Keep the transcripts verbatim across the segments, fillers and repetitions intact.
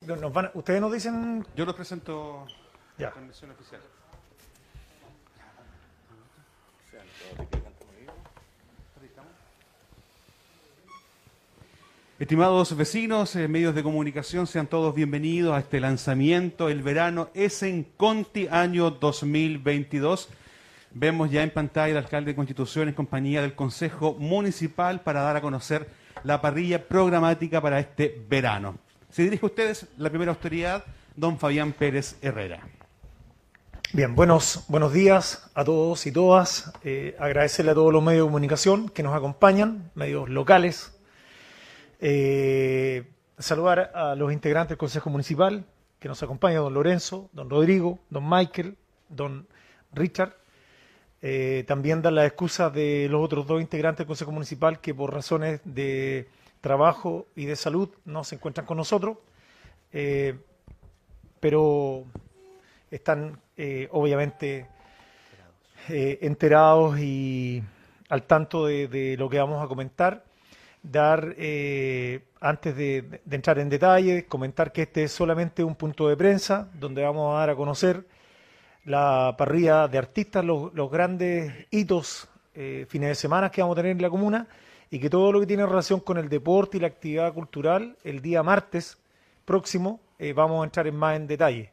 Nos van, ¿ustedes nos dicen? Yo los presento Ya. con mención oficial. Estimados vecinos, eh, medios de comunicación, sean todos bienvenidos a este lanzamiento. El verano es en Conti, año dos mil veintidós. Vemos ya en pantalla al alcalde de Constitución en compañía del Consejo Municipal para dar a conocer la parrilla programática para este verano. Se dirige a ustedes la primera autoridad, don Fabián Pérez Herrera. Bien, buenos, buenos días a todos y todas. Eh, agradecerle a todos los medios de comunicación que nos acompañan, medios locales. Eh, saludar a los integrantes del Consejo Municipal que nos acompañan, don Lorenzo, don Rodrigo, don Michael, don Richard. Eh, también dar las excusas de los otros dos integrantes del Consejo Municipal que por razones de trabajo y de salud no se encuentran con nosotros, eh, pero están eh, obviamente eh, enterados y al tanto de, de lo que vamos a comentar. Dar, eh, antes de, de entrar en detalle, comentar que este es solamente un punto de prensa donde vamos a dar a conocer la parrilla de artistas, los, los grandes hitos, eh, fines de semana que vamos a tener en la comuna, y que todo lo que tiene relación con el deporte y la actividad cultural, el día martes próximo eh, vamos a entrar en más en detalle.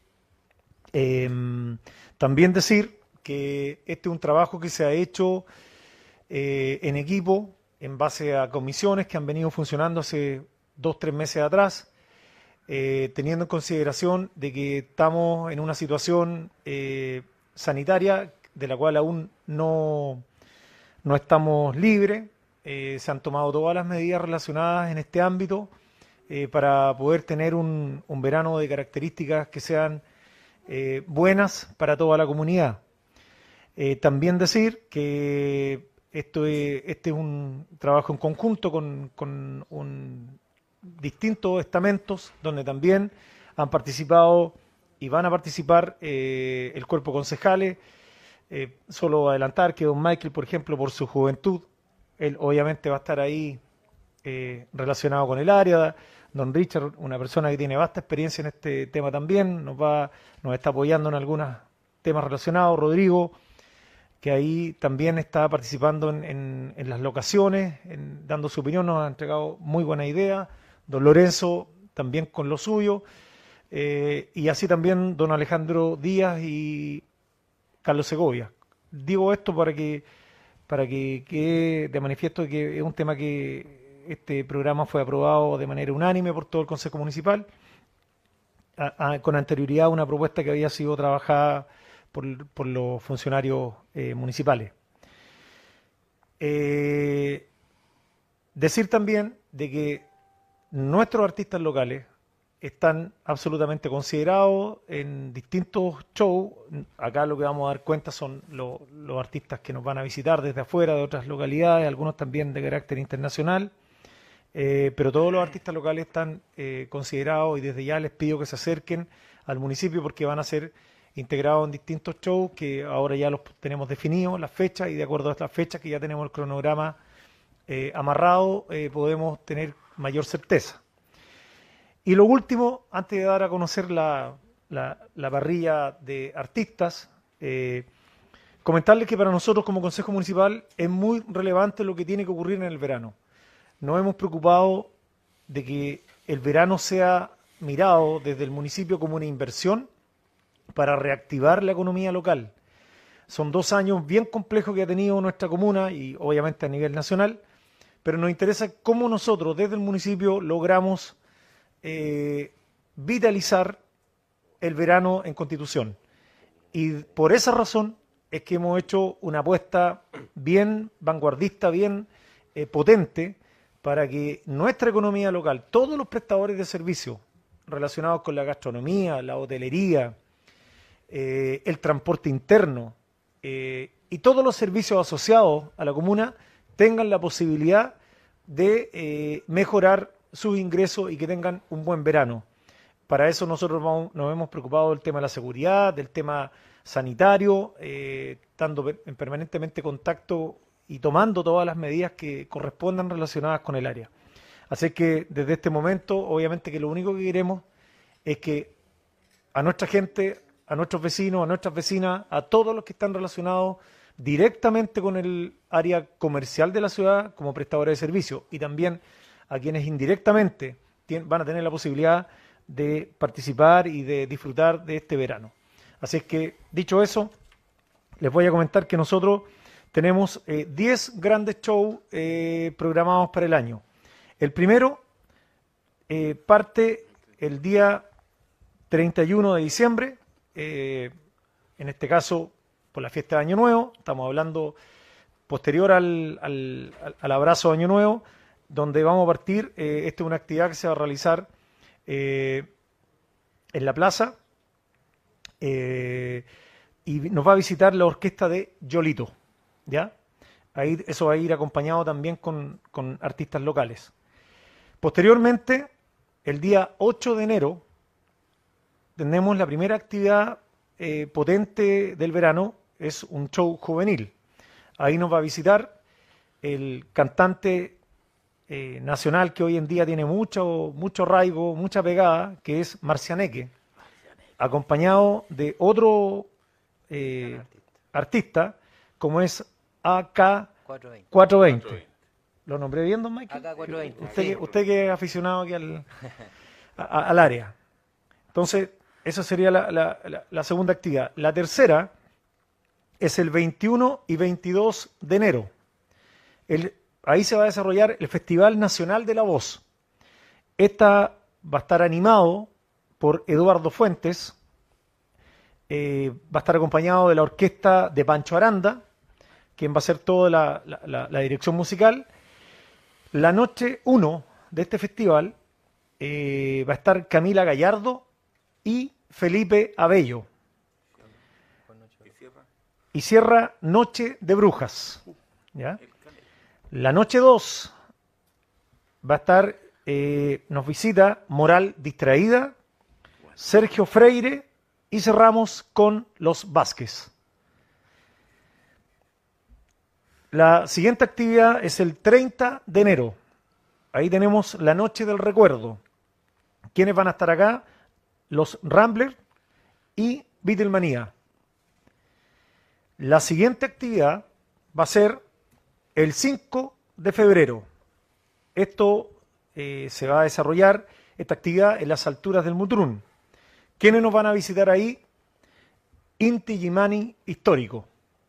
Eh, también decir que este es un trabajo que se ha hecho eh, en equipo, en base a comisiones que han venido funcionando hace dos, tres meses atrás, eh, teniendo en consideración de que estamos en una situación eh, sanitaria de la cual aún no, no estamos libres. Eh, se han tomado todas las medidas relacionadas en este ámbito eh, para poder tener un, un verano de características que sean eh, buenas para toda la comunidad. Eh, también decir que Esto es, este es un trabajo en conjunto con, con un, distintos estamentos donde también han participado y van a participar eh, el cuerpo de concejales. Eh, solo adelantar que don Michael, por ejemplo, por su juventud, él obviamente va a estar ahí eh, relacionado con el área. Don Richard, una persona que tiene vasta experiencia en este tema también, nos va, nos está apoyando en algunos temas relacionados. Rodrigo, que ahí también está participando en, en, en las locaciones, en, dando su opinión, nos ha entregado muy buena idea. Don Lorenzo también con lo suyo, eh, y así también don Alejandro Díaz y Carlos Segovia. Digo esto para que para que quede de manifiesto que es un tema que este programa fue aprobado de manera unánime por todo el Consejo Municipal, a, a, con anterioridad a una propuesta que había sido trabajada Por, por los funcionarios eh, municipales. Eh, decir también de que nuestros artistas locales están absolutamente considerados en distintos shows. Acá lo que vamos a dar cuenta son lo, los artistas que nos van a visitar desde afuera, de otras localidades, algunos también de carácter internacional, eh, pero todos los artistas locales están eh, considerados y desde ya les pido que se acerquen al municipio porque van a ser integrados en distintos shows que ahora ya los tenemos definidos, las fechas, y de acuerdo a estas fechas que ya tenemos el cronograma eh, amarrado, eh, podemos tener mayor certeza. Y lo último, antes de dar a conocer la, la, la parrilla de artistas, eh, comentarles que para nosotros como Consejo Municipal es muy relevante lo que tiene que ocurrir en el verano. Nos hemos preocupado de que el verano sea mirado desde el municipio como una inversión para reactivar la economía local. Son dos años bien complejos que ha tenido nuestra comuna y obviamente a nivel nacional, pero nos interesa cómo nosotros desde el municipio logramos eh, vitalizar el verano en Constitución. Y por esa razón es que hemos hecho una apuesta bien vanguardista, bien eh, potente, para que nuestra economía local, todos los prestadores de servicios relacionados con la gastronomía, la hotelería, Eh, el transporte interno eh, y todos los servicios asociados a la comuna tengan la posibilidad de eh, mejorar sus ingresos y que tengan un buen verano. Para eso nosotros vamos, nos hemos preocupado del tema de la seguridad, del tema sanitario, eh, estando en permanentemente contacto y tomando todas las medidas que correspondan relacionadas con el área. Así que desde este momento, obviamente que lo único que queremos es que a nuestra gente, a nuestros vecinos, a nuestras vecinas, a todos los que están relacionados directamente con el área comercial de la ciudad como prestadores de servicios y también a quienes indirectamente tien- van a tener la posibilidad de participar y de disfrutar de este verano. Así es que, dicho eso, les voy a comentar que nosotros tenemos eh, diez grandes shows eh, programados para el año. El primero eh, parte el día treinta y uno de diciembre, eh, en este caso por la fiesta de Año Nuevo, estamos hablando posterior al, al, al- al abrazo de Año Nuevo, donde vamos a partir, eh, esta es una actividad que se va a realizar eh, en la plaza, eh, y nos va a visitar la orquesta de Yolito, ¿ya? Ahí, eso va a ir acompañado también con, con artistas locales. Posteriormente, el día ocho de enero, tenemos la primera actividad eh, potente del verano, es un show juvenil. Ahí nos va a visitar el cantante eh, nacional que hoy en día tiene mucho, mucho arraigo, mucha pegada, que es Marcianeque, acompañado de otro eh, artista, como es A K cuatrocientos veinte. ¿Lo nombré bien, don Michael? A K cuatrocientos veinte. Usted, Sí. que, usted que es aficionado aquí al, a- a- al área. Entonces, esa sería la, la- la- la segunda actividad. La tercera es el veintiuno y veintidós de enero. El- ahí se va a desarrollar el Festival Nacional de la Voz. Esta va a estar animado por Eduardo Fuentes, eh, va a estar acompañado de la orquesta de Pancho Aranda, quien va a hacer toda la, la- la- la dirección musical. La noche uno de este festival eh, va a estar Camila Gallardo y Felipe Abello. Y cierra Noche de Brujas. ¿Ya? La noche dos va a estar, eh, nos visita Moral Distraída, Sergio Freire y cerramos con Los Vázquez. La siguiente actividad es el treinta de enero. Ahí tenemos la Noche del Recuerdo. ¿Quiénes van a estar acá? Los Ramblers y Beatlemanía. La siguiente actividad va a ser el cinco de febrero. Esto eh, se va a desarrollar, esta actividad, en las alturas del Mutrún. ¿Quiénes nos van a visitar ahí? Inti Illimani Histórico.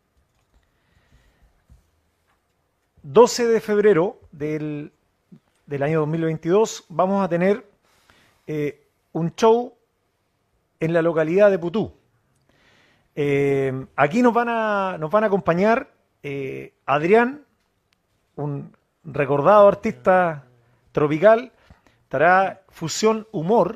doce de febrero del, del año dos mil veintidós vamos a tener eh, un show en la localidad de Putú. Eh, aquí nos van a, nos van a acompañar eh, Adrián, un recordado artista tropical, estará Fusión Humor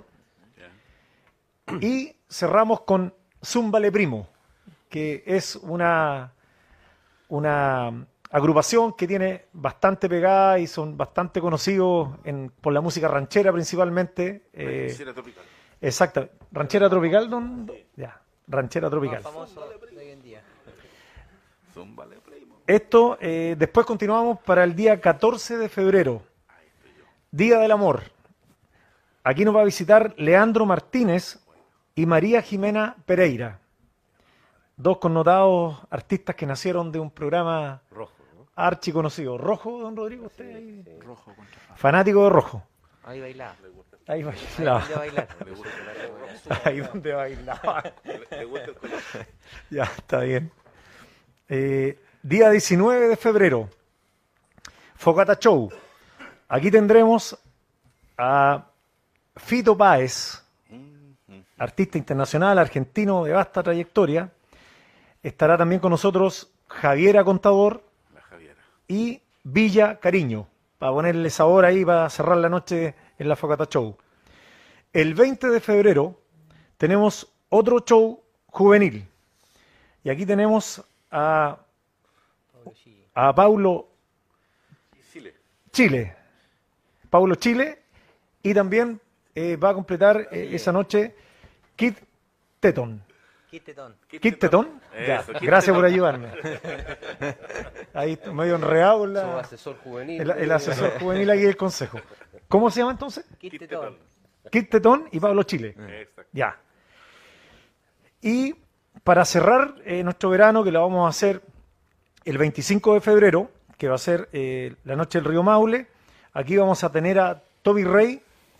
y cerramos con Zúmbale Primo, que es una, una agrupación que tiene bastante pegada y son bastante conocidos en, por la música ranchera principalmente. Eh, Ranchera tropical. exacto, ranchera tropical, don, ya, ranchera tropical. Más famoso de hoy en día. Zúmbale, primo. Esto, eh, después continuamos para el día catorce de febrero, Día del Amor. Aquí nos va a visitar Leandro Martínez y María Jimena Pereira, dos connotados artistas que nacieron de un programa Rojo, ¿no? archiconocido. ¿Rojo, don Rodrigo? ¿Usted ahí? Rojo contra Fama. Fanático de Rojo. Ahí bailaba. Ahí Ahí bailaba. donde bailar. Le gusta el Ahí donde bailaba. Le, le gusta el color. Ya, está bien. Eh, día diecinueve de febrero, Fogata Show. Aquí tendremos a Fito Páez, artista internacional argentino de vasta trayectoria. Estará también con nosotros Javiera Contador La Javiera. y Villa Cariño, para ponerle sabor ahí, para cerrar la noche en la Fogata Show. El veinte de febrero tenemos otro show juvenil. Y aquí tenemos a, a Paulo Chile. Chile. Paulo Chile. Y también eh, va a completar eh, esa noche Kid Teton. Quítetón. ¿Kid Teton? Ya, Eso, Kid gracias por Teton. ayudarme. Ahí estoy medio enredado con Su la- asesor juvenil. el, el asesor juvenil aquí del consejo. ¿Cómo se llama entonces? Quítetón. Kit Tetón y Pablo Chile. Exacto. Ya. Y para cerrar eh, nuestro verano, que lo vamos a hacer el veinticinco de febrero, que va a ser eh, la noche del Río Maule, aquí vamos a tener a Toby Rey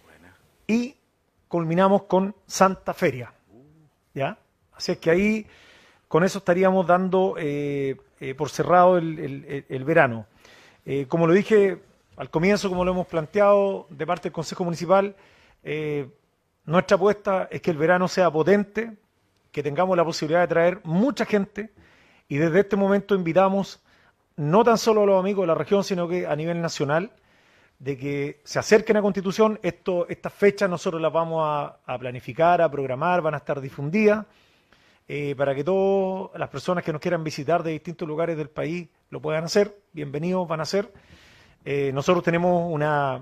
y culminamos con Santa Feria. ¿Ya? Así es que ahí, con eso estaríamos dando eh, eh, por cerrado el, el- el verano. Eh, como lo dije al comienzo, como lo hemos planteado de parte del Consejo Municipal, eh, nuestra apuesta es que el verano sea potente, que tengamos la posibilidad de traer mucha gente, y desde este momento invitamos no tan solo a los amigos de la región, sino que a nivel nacional, de que se acerquen a Constitución. Esto, estas fechas nosotros las vamos a, a planificar, a programar, van a estar difundidas, eh, para que todas las personas que nos quieran visitar de distintos lugares del país lo puedan hacer. Bienvenidos van a ser. Eh, nosotros tenemos una,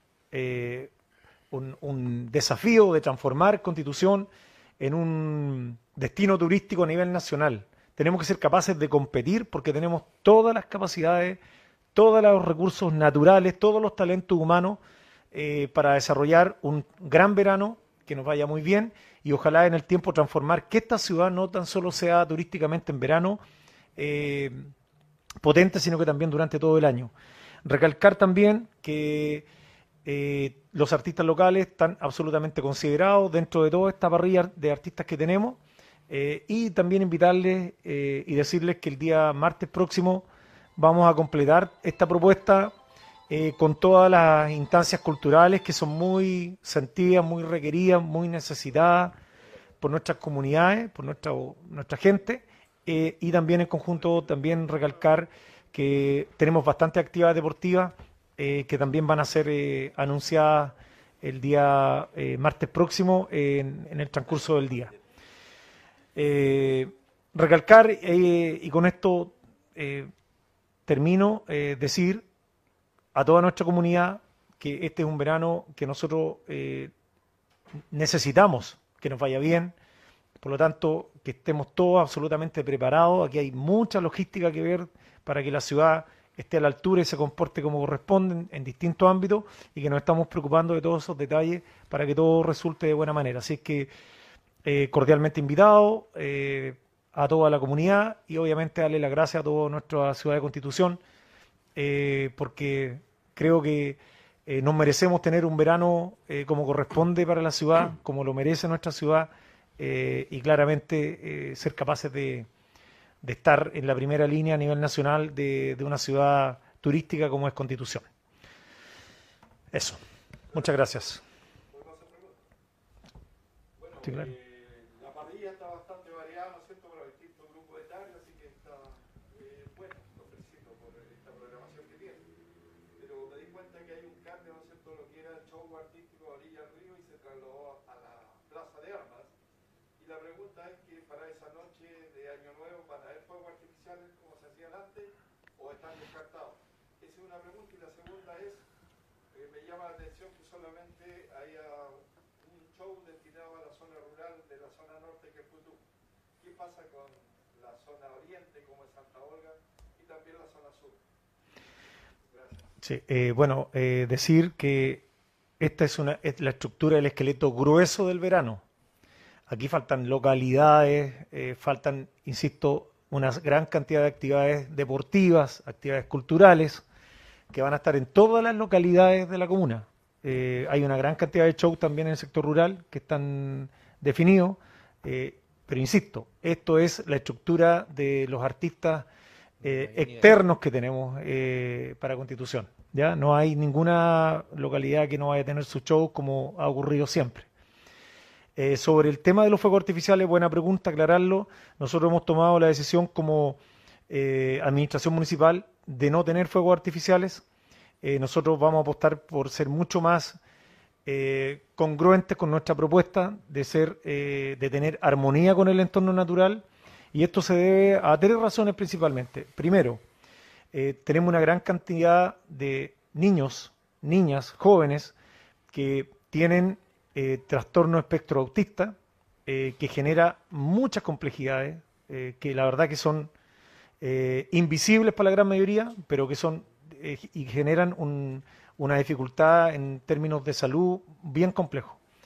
eh, un, un desafío de transformar Constitución en un destino turístico a nivel nacional. Tenemos que ser capaces de competir porque tenemos todas las capacidades, todos los recursos naturales, todos los talentos humanos eh, para desarrollar un gran verano que nos vaya muy bien, y ojalá en el tiempo transformar que esta ciudad no tan solo sea turísticamente en verano eh, potente, sino que también durante todo el año. Recalcar también que eh, los artistas locales están absolutamente considerados dentro de toda esta parrilla de artistas que tenemos, eh, y también invitarles eh, y decirles que el día martes próximo vamos a completar esta propuesta eh, con todas las instancias culturales que son muy sentidas, muy requeridas, muy necesitadas por nuestras comunidades, por nuestra, nuestra gente, eh, y también en conjunto también recalcar que tenemos bastantes actividades deportivas eh, que también van a ser eh, anunciadas el día eh, martes próximo en, en el transcurso del día. Eh, recalcar, eh, y con esto eh, termino, eh, decir a toda nuestra comunidad que este es un verano que nosotros eh, necesitamos que nos vaya bien, por lo tanto que estemos todos absolutamente preparados. Aquí hay mucha logística que ver para que la ciudad esté a la altura y se comporte como corresponde en, en distintos ámbitos, y que nos estamos preocupando de todos esos detalles para que todo resulte de buena manera. Así es que eh, cordialmente invitado eh, a toda la comunidad, y obviamente darle las gracias a toda nuestra ciudad de Constitución, eh, porque creo que eh, nos merecemos tener un verano eh, como corresponde para la ciudad, como lo merece nuestra ciudad, eh, y claramente eh, ser capaces de, de estar en la primera línea a nivel nacional de, de una ciudad turística como es Constitución. Eso. Muchas gracias. Sí, claro. La parrilla está bastante variada, ¿no es cierto?, para distintos grupos etarios, así que está eh, bueno, lo felicito por esta programación que tiene. Pero me di cuenta que hay un cambio, ¿no es cierto?, lo que era el show artístico de Orilla del Río y se trasladó a la Plaza de Armas. Y la pregunta es que para esa noche de Año Nuevo, ¿van a haber fuegos artificiales como se hacían antes o están descartados? Esa es una pregunta. Y la segunda es, eh, me llama la atención que solamente haya un show destinado a la zona rural de la zona norte, que es Putú. ¿Qué pasa con la zona oriente, como es Santa Olga, y también la zona sur? Gracias. Sí, eh, bueno, eh, decir que esta es, una, es la estructura del esqueleto grueso del verano. Aquí faltan localidades, eh, faltan, insisto, una gran cantidad de actividades deportivas, actividades culturales, que van a estar en todas las localidades de la comuna. Eh, hay una gran cantidad de shows también en el sector rural que están definidos, eh, pero insisto, esto es la estructura de los artistas eh, externos que tenemos eh, para Constitución. ¿Ya? No hay ninguna localidad que no vaya a tener su show como ha ocurrido siempre. Eh, sobre el tema de los fuegos artificiales, buena pregunta, aclararlo. Nosotros hemos tomado la decisión como eh, administración municipal de no tener fuegos artificiales. Eh, nosotros vamos a apostar por ser mucho más eh, congruentes con nuestra propuesta de ser, eh, de tener armonía con el entorno natural, y esto se debe a tres razones principalmente. Primero, eh, tenemos una gran cantidad de niños, niñas, jóvenes que tienen eh, trastorno espectro autista, eh, que genera muchas complejidades, eh, que la verdad que son eh, invisibles para la gran mayoría, pero que son eh, y generan un, una dificultad en términos de salud bien complejo.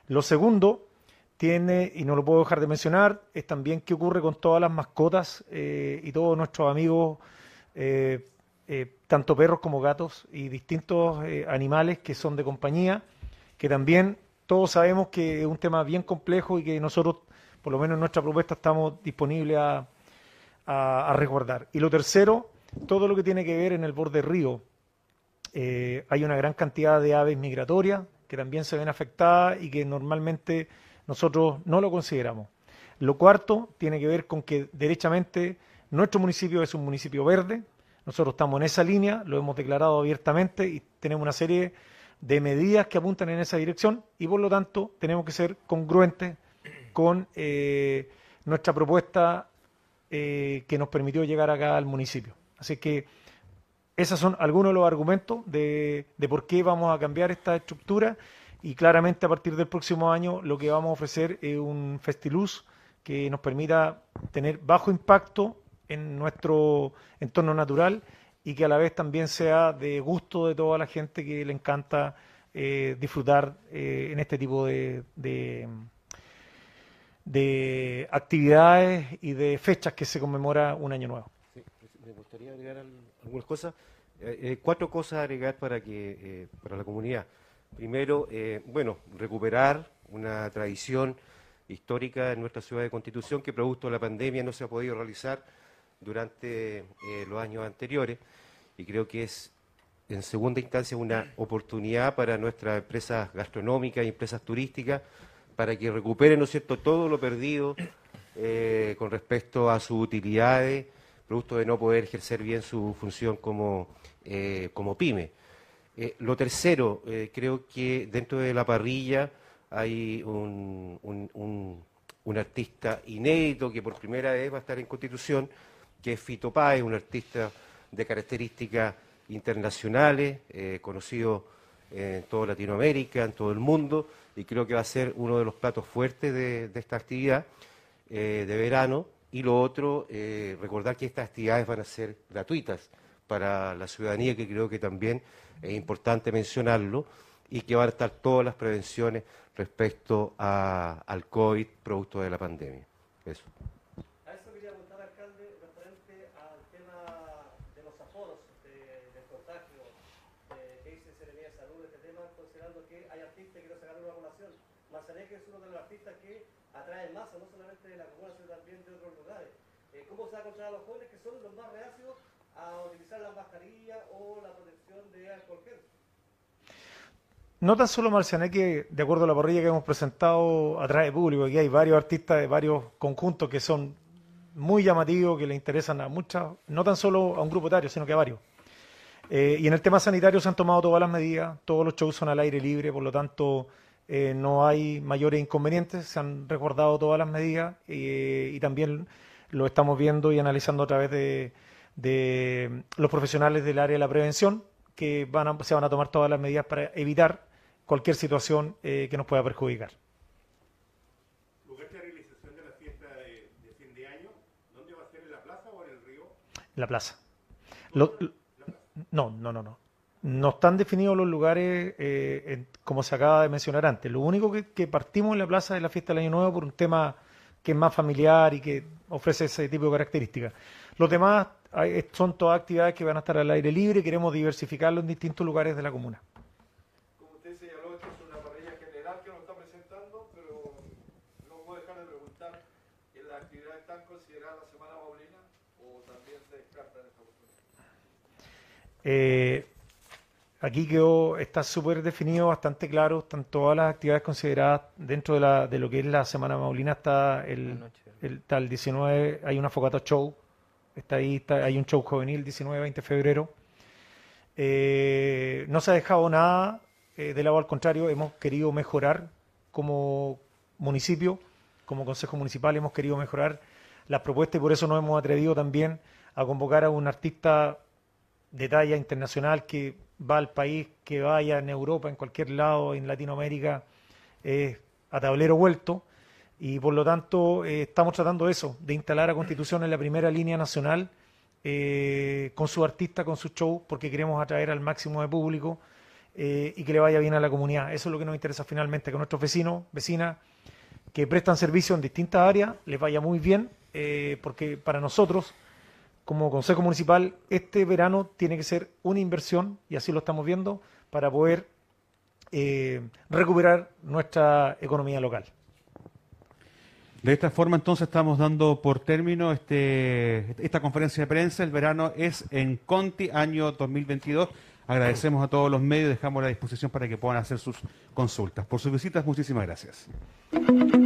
Lo segundo tiene, y no lo puedo dejar de mencionar, es también qué ocurre con todas las mascotas eh, y todos nuestros amigos, eh, eh, tanto perros como gatos y distintos eh, animales que son de compañía, que también todos sabemos que es un tema bien complejo y que nosotros, por lo menos en nuestra propuesta, estamos disponibles a, a, a resguardar. Y lo tercero, todo lo que tiene que ver en el borde río. Eh, hay una gran cantidad de aves migratorias que también se ven afectadas y que normalmente nosotros no lo consideramos. Lo cuarto tiene que ver con que derechamente nuestro municipio es un municipio verde. Nosotros estamos en esa línea, lo hemos declarado abiertamente y tenemos una serie de medidas que apuntan en esa dirección y por lo tanto tenemos que ser congruentes con eh, nuestra propuesta eh, que nos permitió llegar acá al municipio. Así que esos son algunos de los argumentos de, de por qué vamos a cambiar esta estructura y claramente a partir del próximo año lo que vamos a ofrecer es un Festiluz que nos permita tener bajo impacto en nuestro entorno natural y que a la vez también sea de gusto de toda la gente que le encanta eh, disfrutar eh, en este tipo de, de, de actividades y de fechas que se conmemora un año nuevo. Sí, me gustaría agregar al- algunas cosas, eh, eh, cuatro cosas a agregar para que eh, para la comunidad. Primero, eh, bueno, recuperar una tradición histórica en nuestra ciudad de Constitución que producto de la pandemia no se ha podido realizar durante eh, los años anteriores y creo que es en segunda instancia una oportunidad para nuestras empresas gastronómicas y empresas turísticas para que recuperen, ¿no es cierto?, todo lo perdido eh, con respecto a sus utilidades, producto de no poder ejercer bien su función como, eh, como pyme. Eh, lo tercero, eh, creo que dentro de la parrilla hay un, un, un, un artista inédito que por primera vez va a estar en Constitución, que es Fito Páez, un artista de características internacionales, eh, conocido en toda Latinoamérica, en todo el mundo, y creo que va a ser uno de los platos fuertes de, de esta actividad eh, de verano. Y lo otro, eh, recordar que estas actividades van a ser gratuitas para la ciudadanía, que creo que también es importante mencionarlo, y que van a estar todas las prevenciones respecto a, al COVID, producto de la pandemia. Eso. A eso quería apuntar, alcalde, referente al tema de los aforos de- del contagio, de que dice Seremía de Salud, este tema, considerando que hay artistas que no sacaron una vacunación. Manzaneque es uno de los artistas que atrae masa, no solamente de la comuna, sino también de otros lugares. Eh, ¿Cómo se va a controlar a los jóvenes que son los más reacios a utilizar la mascarilla o la protección de alcohol gel? No tan solo Marcianeque, de acuerdo a la parrilla que hemos presentado, atrae público. Aquí hay varios artistas de varios conjuntos que son muy llamativos, que le interesan a muchas, no tan solo a un grupo etario, sino que a varios. Eh, y en el tema sanitario se han tomado todas las medidas, todos los shows son al aire libre, por lo tanto eh, no hay mayores inconvenientes, se han resguardado todas las medidas eh, y también lo estamos viendo y analizando a través de, de los profesionales del área de la prevención, que van a- se van a tomar todas las medidas para evitar cualquier situación eh, que nos pueda perjudicar. Lugar de realización de la fiesta de, de fin de año, ¿dónde va a ser? ¿En la plaza o en el río? En la plaza. Lo- lo- no, no, no, no. No están definidos los lugares eh, en- como se acaba de mencionar antes. Lo único que, que partimos en la plaza de la fiesta del Año Nuevo por un tema que es más familiar y que ofrece ese tipo de características. Los demás hay- son todas actividades que van a estar al aire libre y queremos diversificarlo en distintos lugares de la comuna. Como usted señaló, esto es una parrilla general que nos está presentando, pero no puedo dejar de preguntar, ¿en las actividades están consideradas la Semana Maulina o también se descartan esta oportunidad? Eh, aquí quedó, está súper definido, bastante claro, están todas las actividades consideradas dentro de, la, de lo que es la Semana Maulina. Está el, el, está el diecinueve, hay una Fogata Show, está ahí, está, hay un show juvenil diecinueve a veinte de febrero. Eh, no se ha dejado nada eh, de lado, al contrario, hemos querido mejorar como municipio, como Consejo Municipal, hemos querido mejorar las propuestas y por eso nos hemos atrevido también a convocar a un artista de talla internacional que va al país, que vaya en Europa, en cualquier lado, en Latinoamérica, eh, a tablero vuelto. Y por lo tanto eh, estamos tratando eso, de instalar a Constitución en la primera línea nacional eh, con su artista, con su show, porque queremos atraer al máximo de público eh, y que le vaya bien a la comunidad. Eso es lo que nos interesa finalmente, que nuestros vecinos, vecinas que prestan servicio en distintas áreas les vaya muy bien, eh, porque para nosotros, como Consejo Municipal, este verano tiene que ser una inversión, y así lo estamos viendo, para poder eh, recuperar nuestra economía local. De esta forma, entonces, estamos dando por término este, esta conferencia de prensa. El verano es en Conti, año dos mil veintidós. Agradecemos a todos los medios, dejamos a la disposición para que puedan hacer sus consultas. Por sus visitas, muchísimas gracias.